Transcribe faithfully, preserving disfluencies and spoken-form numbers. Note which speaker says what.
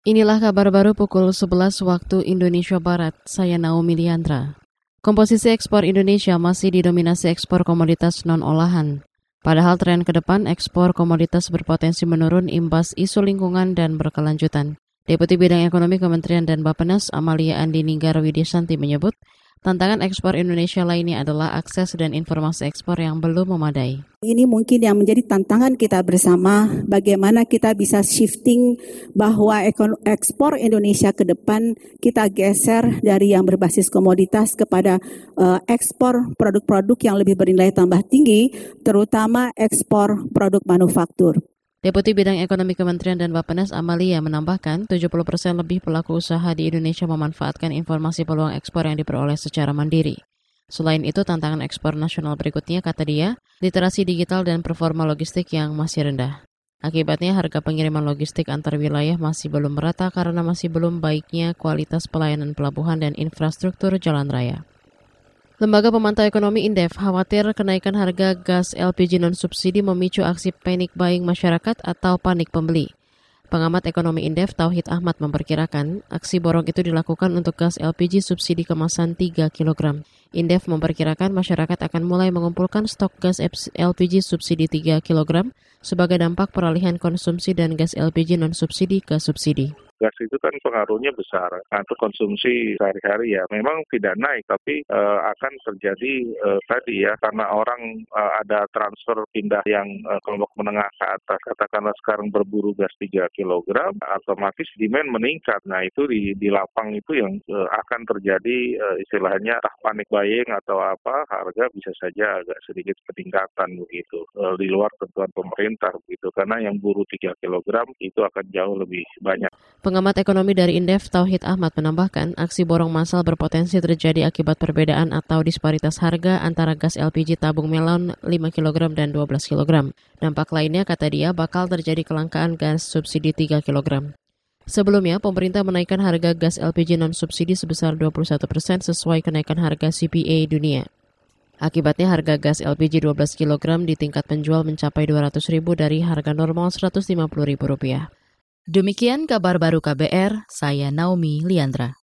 Speaker 1: Inilah kabar baru pukul sebelas waktu Indonesia Barat. Saya Naomi Liandra. Komposisi ekspor Indonesia masih didominasi ekspor komoditas non-olahan. Padahal tren ke depan ekspor komoditas berpotensi menurun imbas isu lingkungan dan berkelanjutan. Deputi Bidang Ekonomi Kementerian dan Bappenas Amalia Andi Ninggar Widisanti menyebut, tantangan ekspor Indonesia lainnya adalah akses dan informasi ekspor yang belum memadai.
Speaker 2: Ini mungkin yang menjadi tantangan kita bersama, bagaimana kita bisa shifting bahwa ekspor Indonesia ke depan kita geser dari yang berbasis komoditas kepada uh, ekspor produk-produk yang lebih bernilai tambah tinggi, terutama ekspor produk manufaktur.
Speaker 1: Deputi Bidang Ekonomi Kementerian dan Bappenas Amalia menambahkan tujuh puluh persen lebih pelaku usaha di Indonesia memanfaatkan informasi peluang ekspor yang diperoleh secara mandiri. Selain itu, tantangan ekspor nasional berikutnya, kata dia, literasi digital dan performa logistik yang masih rendah. Akibatnya, harga pengiriman logistik antar wilayah masih belum merata karena masih belum baiknya kualitas pelayanan pelabuhan dan infrastruktur jalan raya. Lembaga Pemantau Ekonomi Indef khawatir kenaikan harga gas L P G non-subsidi memicu aksi panic buying masyarakat atau panik pembeli. Pengamat ekonomi Indef Tauhid Ahmad memperkirakan aksi borong itu dilakukan untuk gas L P G subsidi kemasan tiga kilogram. Indef memperkirakan masyarakat akan mulai mengumpulkan stok gas L P G subsidi tiga kilogram sebagai dampak peralihan konsumsi dan gas L P G non-subsidi ke subsidi.
Speaker 3: Gas itu kan pengaruhnya besar untuk konsumsi sehari-hari ya. Memang tidak naik, tapi uh, akan terjadi uh, tadi ya, karena orang uh, ada transfer pindah yang uh, kelompok menengah ke atas. Katakanlah sekarang berburu gas tiga kilogram, otomatis demand meningkat. Nah itu di, di lapang itu yang uh, akan terjadi uh, istilahnya entah panik buying atau apa, harga bisa saja agak sedikit peningkatan begitu. Uh, di luar tentuan pemerintah begitu, karena yang buru tiga kilogram itu akan jauh lebih banyak.
Speaker 1: Pengamat ekonomi dari Indef Tauhid Ahmad menambahkan, aksi borong massal berpotensi terjadi akibat perbedaan atau disparitas harga antara gas L P G tabung melon lima kilogram dan dua belas kilogram. Dampak lainnya, kata dia, bakal terjadi kelangkaan gas subsidi tiga kilogram. Sebelumnya, pemerintah menaikkan harga gas L P G non-subsidi sebesar dua puluh satu persen sesuai kenaikan harga C P A dunia. Akibatnya harga gas L P G dua belas kilogram di tingkat penjual mencapai dua ratus ribu dari harga normal seratus lima puluh ribu rupiah. Demikian kabar baru K B R, saya Naomi Liandra.